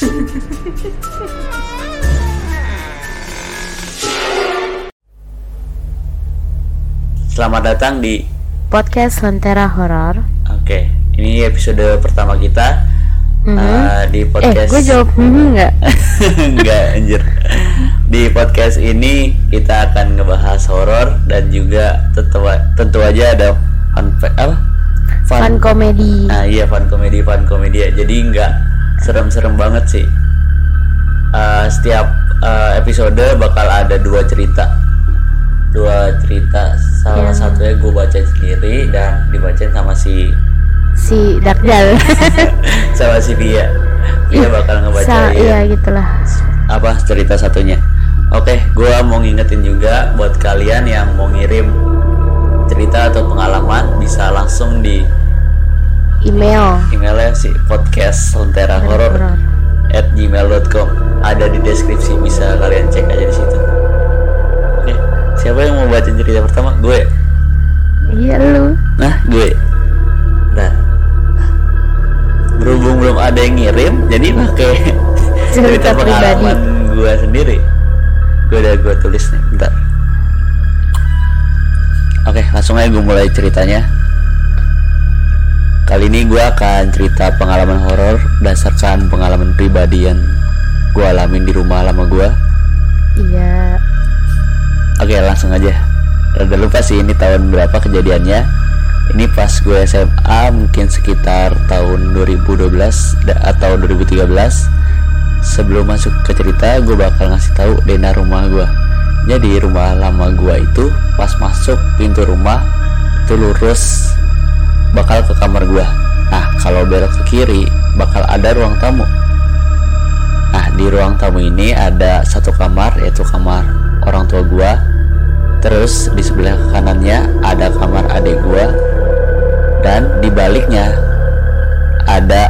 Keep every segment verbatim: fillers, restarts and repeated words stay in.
Selamat datang di podcast Lentera Horor. Oke, ini episode pertama kita mm-hmm. uh, di podcast. Eh, gue jawab mm-hmm nggak? Nggak, anjir. Di podcast ini kita akan ngebahas horor dan juga tentu tentu aja ada fun apa? Fun, fun komedi. Nah iya, fun komedi, fun komedi ya. Jadi nggak serem-serem banget sih. Uh, setiap uh, episode bakal ada dua cerita. Dua cerita, salah yeah. satunya gue baca sendiri dan dibacain sama si si Dakdal sama si Dia. Dia bakal ngebacain. Iya gitulah. Apa cerita satunya? Oke, gue mau ngingetin juga buat kalian yang mau ngirim cerita atau pengalaman bisa langsung di email. Emailnya si podcast lentera horor at gmail dot com. Ada di deskripsi, bisa kalian cek aja di situ. Siapa yang mau baca cerita pertama? Gue. Iya lu. Nah gue. Nah, berhubung belum ada yang ngirim, jadi pakai cerita pengalaman gue sendiri. Gue udah gue tulis nih, bentar. Oke, langsung aja gue mulai ceritanya. Kali ini gue akan cerita pengalaman horor berdasarkan pengalaman pribadi yang gue alamin di rumah lama gue. Iya. Oke, langsung aja. Rada lupa sih ini tahun berapa kejadiannya. Ini pas gue S M A, mungkin sekitar tahun dua ribu dua belas atau dua ribu tiga belas. Sebelum masuk ke cerita, gue bakal ngasih tahu denah rumah gue. Jadi rumah lama gue itu pas masuk pintu rumah itu lurus bakal ke kamar gue. Nah, kalau belok ke kiri bakal ada ruang tamu. Nah, di ruang tamu ini ada satu kamar, yaitu kamar orang tua gua. Terus di sebelah kanannya ada kamar adik gua, dan di baliknya ada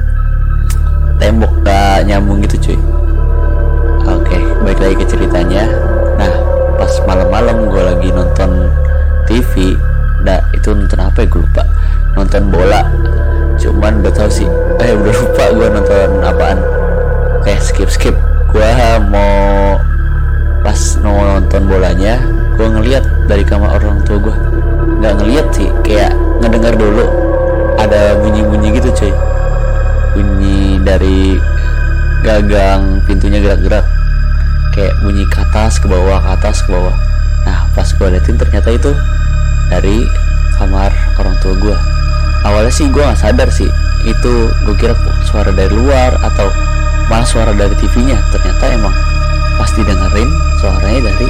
tembok gak nyambung gitu cuy. Oke, balik lagi ke ceritanya. Nah, pas malam-malam gua lagi nonton T V. Nah, itu nonton apa ya, gue lupa. Nonton bola. Cuman udah tahu sih, eh udah lupa gua nonton apaan. Oke, skip skip. Gua mau pas nonton bolanya, gue ngeliat dari kamar orang tua gue. Nggak ngeliat sih, kayak ngedengar dulu ada bunyi-bunyi gitu cuy. Bunyi dari gagang pintunya gerak-gerak, kayak bunyi ke atas ke bawah, ke atas ke bawah. Nah, pas gue liatin ternyata itu dari kamar orang tua gue. Awalnya sih gue nggak sadar sih, itu gue kira suara dari luar atau malah suara dari T V-nya. Ternyata emang pas didengerin suaranya dari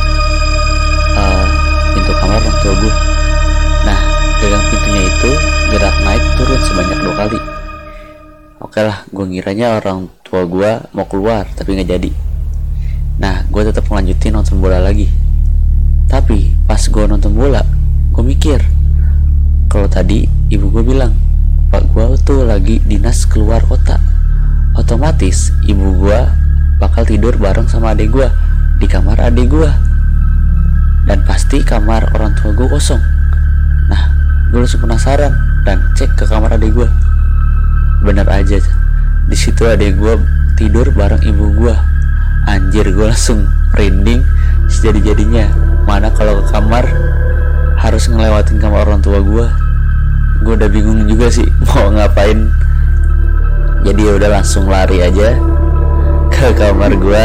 uh, pintu kamar orang tua gue. Nah, gagang pintunya itu gerak naik turun sebanyak dua kali. Oke lah, gue ngiranya orang tua gue mau keluar, tapi nggak jadi. Nah, gue tetap melanjutin nonton bola lagi. Tapi pas gue nonton bola, gue mikir kalau tadi ibu gue bilang pak gue tuh lagi dinas keluar kota, otomatis ibu gue bakal tidur bareng sama adik gue di kamar adik gue, dan pasti kamar orang tua gue kosong. Nah, gue langsung penasaran dan cek ke kamar adik gue. Bener aja, di situ adik gue tidur bareng ibu gue. Anjir, gue langsung merinding sejadi-jadinya. Mana kalau ke kamar harus ngelewatin kamar orang tua gue. Gue udah bingung juga sih mau ngapain. Jadi ya udah langsung lari aja ke kamar gue.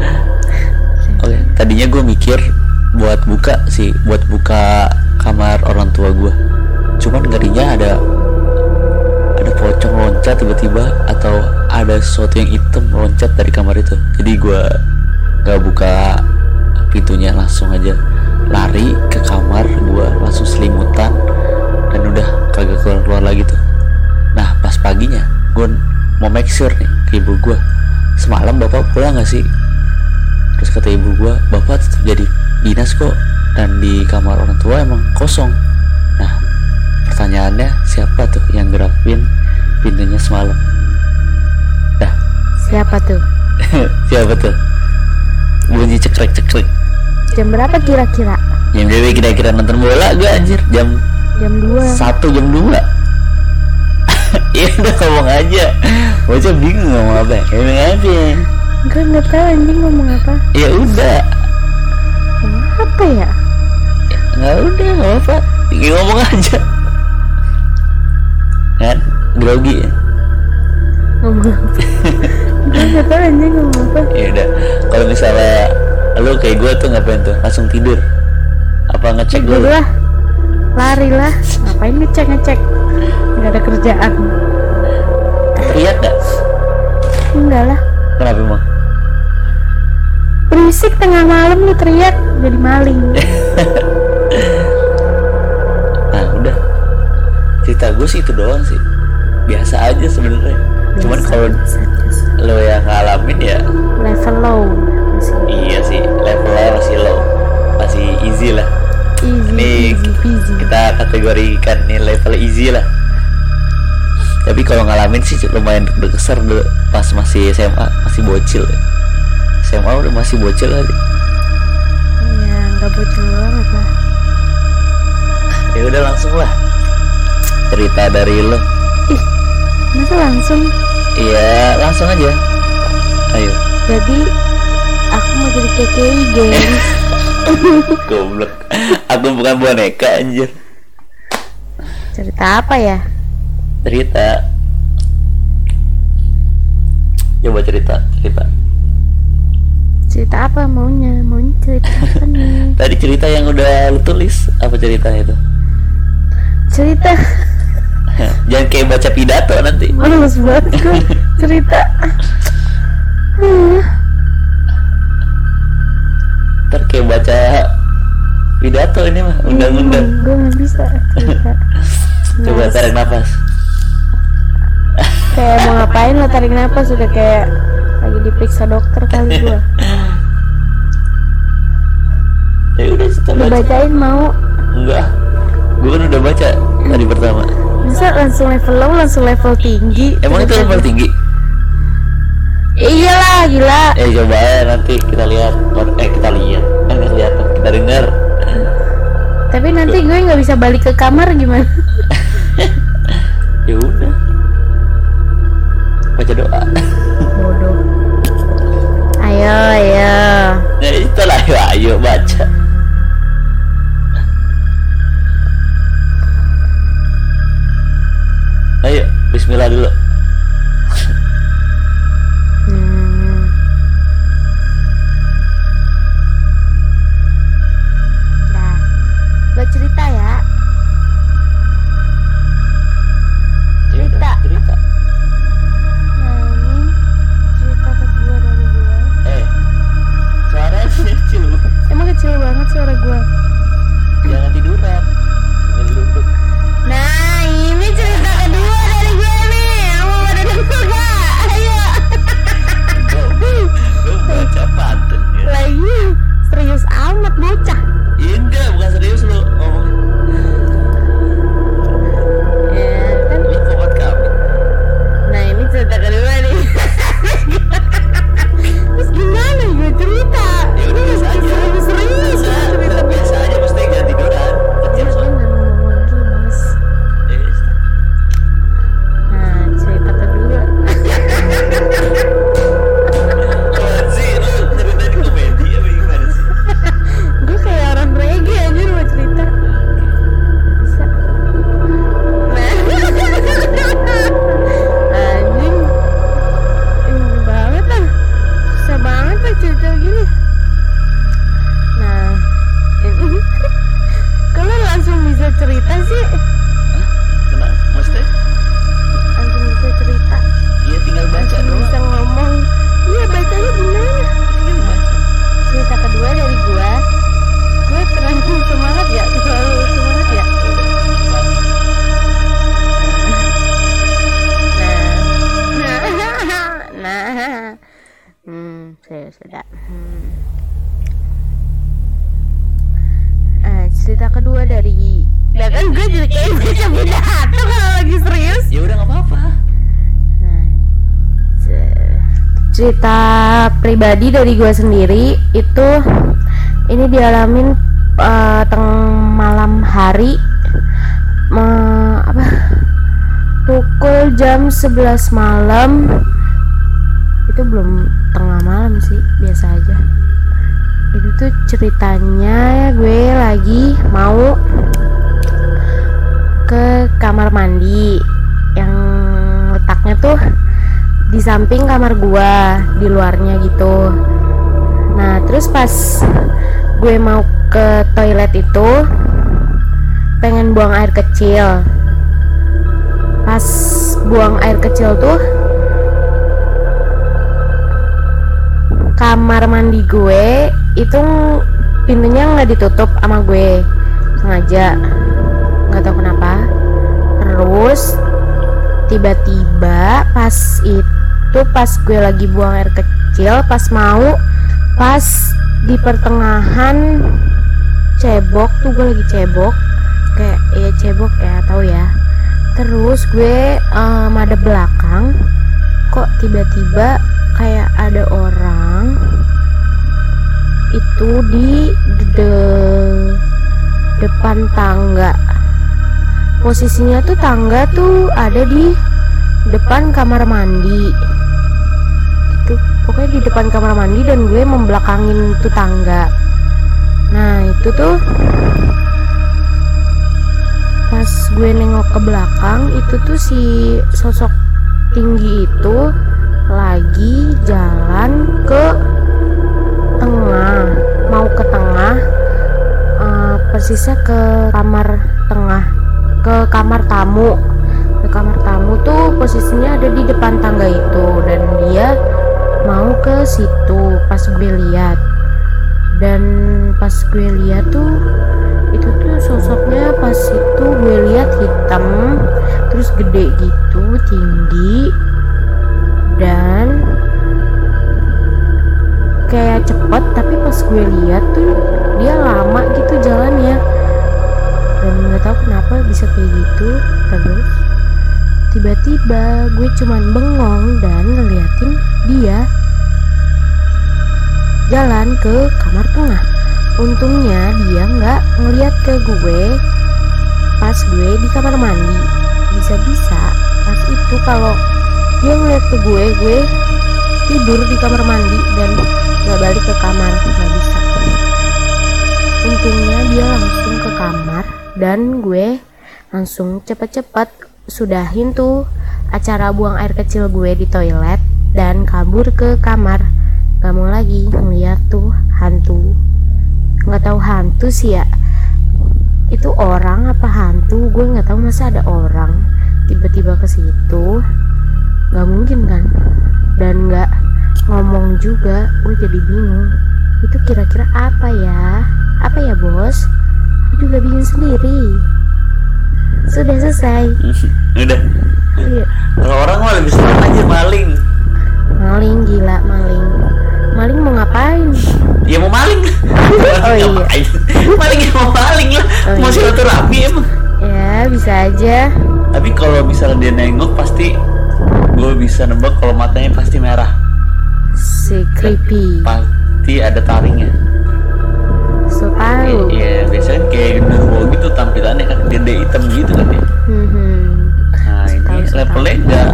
Oke, tadinya gue mikir buat buka sih, buat buka kamar orang tua gue. Cuman ngerinya ada ada pocong loncat tiba-tiba, atau ada sesuatu yang hitam loncat dari kamar itu. Jadi gue gak buka pintunya, langsung aja lari ke kamar gue, langsung selimutan dan udah kagak keluar-keluar lagi tuh. Nah, pas paginya gue mau make sure nih ke ibu gue, semalam bapak pulang gak sih? Terus kata ibu gue, bapak tetap jadi dinas kok, dan di kamar orang tua emang kosong. Nah, pertanyaannya siapa tuh yang gerakin pintunya semalam? Dah. Siapa tuh? Siapa tuh? Bunyi cekrek-cekrek. Jam berapa kira-kira? Jam berapa kira-kira nonton bola gue anjir? Jam Jam dua. Satu jam dua. Iya udah ngomong aja. Bocah bingung ngomong apa ya? Emang aja. Gue nggak tahu anjing ngomong apa. Ya udah. Ngomong apa ya? Nggak udah, nggak apa. Tinggal ngomong aja. Kan? Grogi ya? Ngomong apa? Gue nggak tahu anjing ngomong apa. Ya udah. Kalau misalnya lu kayak gue tuh ngapain tuh? Langsung tidur? Apa ngecek Tidur dulu? lah, lari lah. Ngapain ngecek ngecek? Nggak ada kerjaan. Teriak gak? Enggak lah. Kenapa emang? Berisik tengah malam lu teriak jadi maling. Nah udah. Cerita gue sih itu doang sih. Biasa aja sebenarnya. Cuman kalau lo yang ngalamin ya level low masih. iya sih, levelnya masih low, masih easy lah. Easy, Ini easy peasy. kita kategorikan nih level easy lah. Tapi kalau ngalamin sih lumayan deg-deger dulu pas masih S M A, masih bocil ya. S M A udah masih bocil kali. Iya, nggak bocil banget lah. Ya udah langsung lah. Cerita dari lo. Ih, masa langsung? Iya, langsung aja. Ayo. Jadi aku mau jadi K K I, gengs. Goblok. Aku bukan boneka anjir. Cerita apa ya? Cerita. Coba cerita, cerita. Cerita apa maunya? Maunya cerita apa nih? Tadi cerita yang udah lu tulis, apa ceritanya itu? Cerita. Jangan kayak baca pidato nanti. Males banget gue cerita. Hmm. Ntar kayak baca pidato ini mah, undang-undang. Hmm, gue nggak bisa cerita. Coba Males. tarik nafas. Kayak mau ngapain lo tarik nafas udah kayak lagi diperiksa dokter kali gue. Ya udah kita baca. Dibacain mau? Enggak. Gue kan udah baca tadi pertama. Masa langsung level low, langsung level tinggi? Emang itu level tinggi? Iyalah, gila. Eh coba ya nanti kita lihat. Eh kita lihat. Kan nggak kelihatan. Kita dengar. Tapi nanti gue nggak bisa balik ke kamar gimana? Ya udah. Baca doa. Bodoh. Ayo, ayo. Ya itulah, ayo, ayo baca. Ayo, bismillah dulu. Hmm. Nah, gue cerita ya. Cerita. Cerita. Nah, ini cerita kedua dari gue. Eh, suaranya kecil. Emang kecil banget suara gue. Jangan tiduran. Sambil duduk. Nah, ini cerita kedua dari gue nih. Mau pada denger gak? Ayo. Gue baca pantun ya. Lagi serius amat bocah. Ya enggak, bukan serius lu ngomongin. Ya kan. Lu komat kami. Nah, ini cerita kedua nih. Terus gimana gue cerita? Ya udah biasa aja. Serius-serius Biasa, cerita. biasa aja, mesti jangan tiduran. Kecil soalnya. Eh, Nah, cerita kedua. apaan sih? Lu ceritain komedi apa gimana sih? Gue kayak orang reggae aja mau cerita. Bisa. Nah, anjing. Ini banget lah. Susah banget lah cerita gini. Nah, ini. Kalau langsung bisa cerita sih, Kenapa? Maksudnya? langsung bisa cerita. Iya tinggal baca Langsung doang. bisa ngomong. Iya, bacanya gimana? Tinggal baca. Cerita kedua dari gua. Gue terlalu semangat ya, terlalu semangat ya. Nah, nah, nah, hmm, sudah, sudah. Hmm. Ah, cerita kedua dari, ya kan gue jadi kayak baca pidato kalau lagi serius. Ya udah nggak apa-apa. Nah, ce- cerita pribadi dari gue sendiri itu ini dialamin uh, teng malam hari me, apa pukul jam sebelas malam. Itu belum tengah malam sih, biasa aja. Itu tuh ceritanya gue lagi mau ke kamar mandi yang letaknya tuh di samping kamar gua, di luarnya gitu. Nah terus pas gue mau ke toilet itu pengen buang air kecil. Pas buang air kecil tuh kamar mandi gue itu pintunya nggak ditutup sama gue sengaja, nggak tahu kenapa. Terus tiba-tiba pas itu pas gue lagi buang air kecil, pas mau pas di pertengahan cebok tuh, gue lagi cebok kayak ya cebok ya tahu ya. Terus gue uh, madep belakang, kok tiba-tiba kayak ada orang itu di de depan tangga. Posisinya tuh tangga tuh ada di depan kamar mandi. Itu pokoknya di depan kamar mandi dan gue membelakangin tuh tangga. Nah, itu tuh pas gue nengok ke belakang, itu tuh si sosok tinggi itu lagi jalan ke tengah, mau ke tengah, uh, persisnya ke kamar tengah, ke kamar tamu. Ke kamar tamu tuh posisinya ada di depan tangga itu, dan dia mau ke situ. Pas gue lihat, dan pas gue lihat tuh itu tuh sosoknya pas itu gue lihat hitam, terus gede gitu, tinggi, dan kayak cepet. Tapi pas gue lihat tuh dia lama gitu jalannya, dan nggak tahu kenapa bisa kayak gitu. Terus tiba-tiba gue cuman bengong dan ngeliatin dia jalan ke kamar tengah. Untungnya dia nggak ngeliat ke gue pas gue di kamar mandi. Bisa-bisa pas itu kalau dia ngeliat ke gue, gue tidur di kamar mandi dan nggak balik ke kamar, nggak bisa. Untungnya dia langsung ke kamar dan gue langsung cepet-cepet sudahin tuh acara buang air kecil gue di toilet dan kabur ke kamar. Gak mau lagi ngeliat tuh hantu. Nggak tahu hantu sih ya, itu orang apa hantu, gue nggak tahu. Masa ada orang tiba-tiba ke situ, nggak mungkin kan, dan nggak ngomong juga. Gue jadi bingung, itu kira-kira apa ya, apa ya bos? Gue juga bingung sendiri. Sudah selesai. Udah. Iya. Kalau orang mah lebih serem aja maling. Maling, gila maling. Maling mau ngapain? Ya mau maling. Oh iya. Maling ya mau maling lah. Oh, mau iya. silaturahmi emang. Ya bisa aja. Tapi kalau misalnya dia nengok pasti gue bisa nebak kalau matanya pasti merah. Si creepy. Pasti ada taringnya. So tahu. Iya, biasanya kayak genderuwo gitu tampilannya kan, gede hitam gitu kan ya. Hmm. Nah ini levelnya enggak,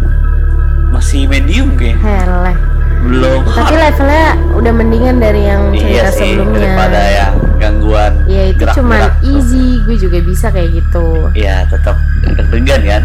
masih medium kayak. Heleh. Belum. Tapi levelnya udah mendingan dari yang cerita iya sih, sebelumnya. daripada yang gangguan. Ya itu gerak, cuman gerak. easy, gue juga bisa kayak gitu. Iya tetap deg-degan kan.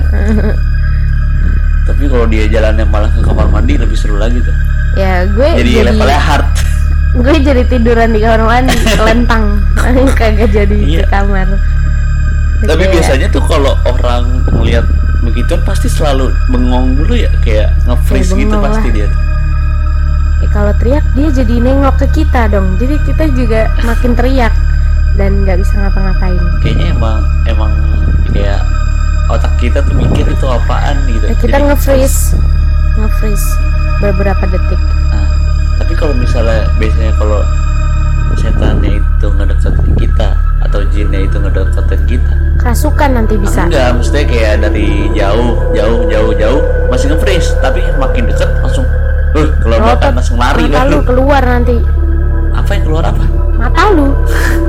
Tapi kalau dia jalannya malah ke kamar mandi lebih seru lagi tuh. Ya gue Jadi, jadi, levelnya hard. gue jadi tiduran di kamar mandi, lentang, kagak jadi Iya. di kamar. Tapi Kayak- biasanya tuh kalau orang ngelihat begituan pasti selalu bengong dulu ya, kayak nge-freeze Ya, gitu bengong pasti lah. dia. Eh, kalau teriak dia jadi nengok ke kita dong, jadi kita juga makin teriak dan nggak bisa ngapa-ngapain. Kayaknya emang emang kayak otak kita tuh mikir itu apaan gitu. Nah, kita Jadi, nge-freeze, nge-freeze beberapa detik. Nah, tapi kalau misalnya biasanya kalau setannya itu ngedekatin kita atau jinnya itu ngedekatin kita, Kerasukan nanti bisa. enggak, maksudnya kayak dari jauh, jauh, jauh, jauh masih nge-freeze, tapi makin deket langsung, uh, kalau Otot makan langsung lari mata kan lu lu. keluar nanti. Apa yang keluar apa? Mata lu.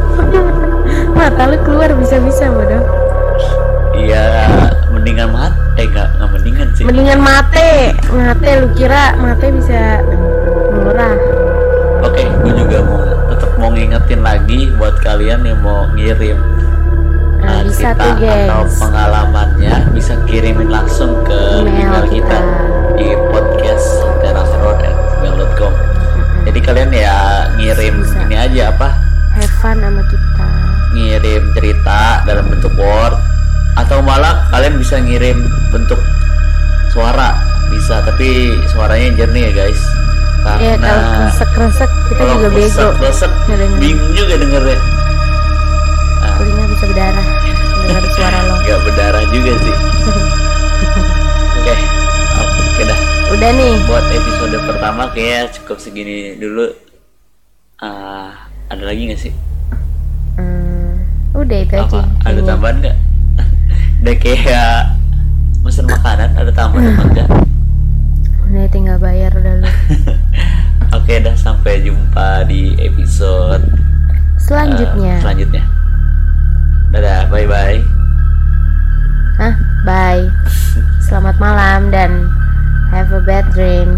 Mata lu keluar bisa-bisa bodoh. Iya, mendingan mati Eh nggak nggak mendingan sih. Mendingan mate, mate lu kira mate bisa murah? Oke, gue juga mau tetap mau ngingetin lagi buat kalian yang mau ngirim Nah, uh, bisa cerita tuh, gengs. atau pengalamannya bisa kirimin langsung ke Email email kita, kita. di podcast terasroad at gmail dot com. Jadi kalian ya ngirim Bisa. ini aja apa? Have fun sama kita. Ngirim cerita dalam bentuk word atau malah kalian bisa ngirim bentuk suara bisa, tapi suaranya jernih ya guys. Ya Karena kalau kresek-kresek kita kalau juga bego. kresek-kresek Ngedenger. bingung juga dengernya. Nah, Telinga bisa berdarah dengar suara lo. nggak berdarah juga sih. Oke, oke dah. Udah nih. Buat episode pertama kayak cukup segini dulu. Ah, ada lagi nggak sih? Hmm, udah itu aja. Apa? Ada Kayaknya. tambahan nggak? Udah kayak mesen makanan, ada tambahan apa enggak? Udah tinggal bayar udah lu. Oke dah, sampai jumpa di episode Selanjutnya. eh, selanjutnya. Dadah, bye bye. Hah? Bye. Selamat malam dan have a bad dream.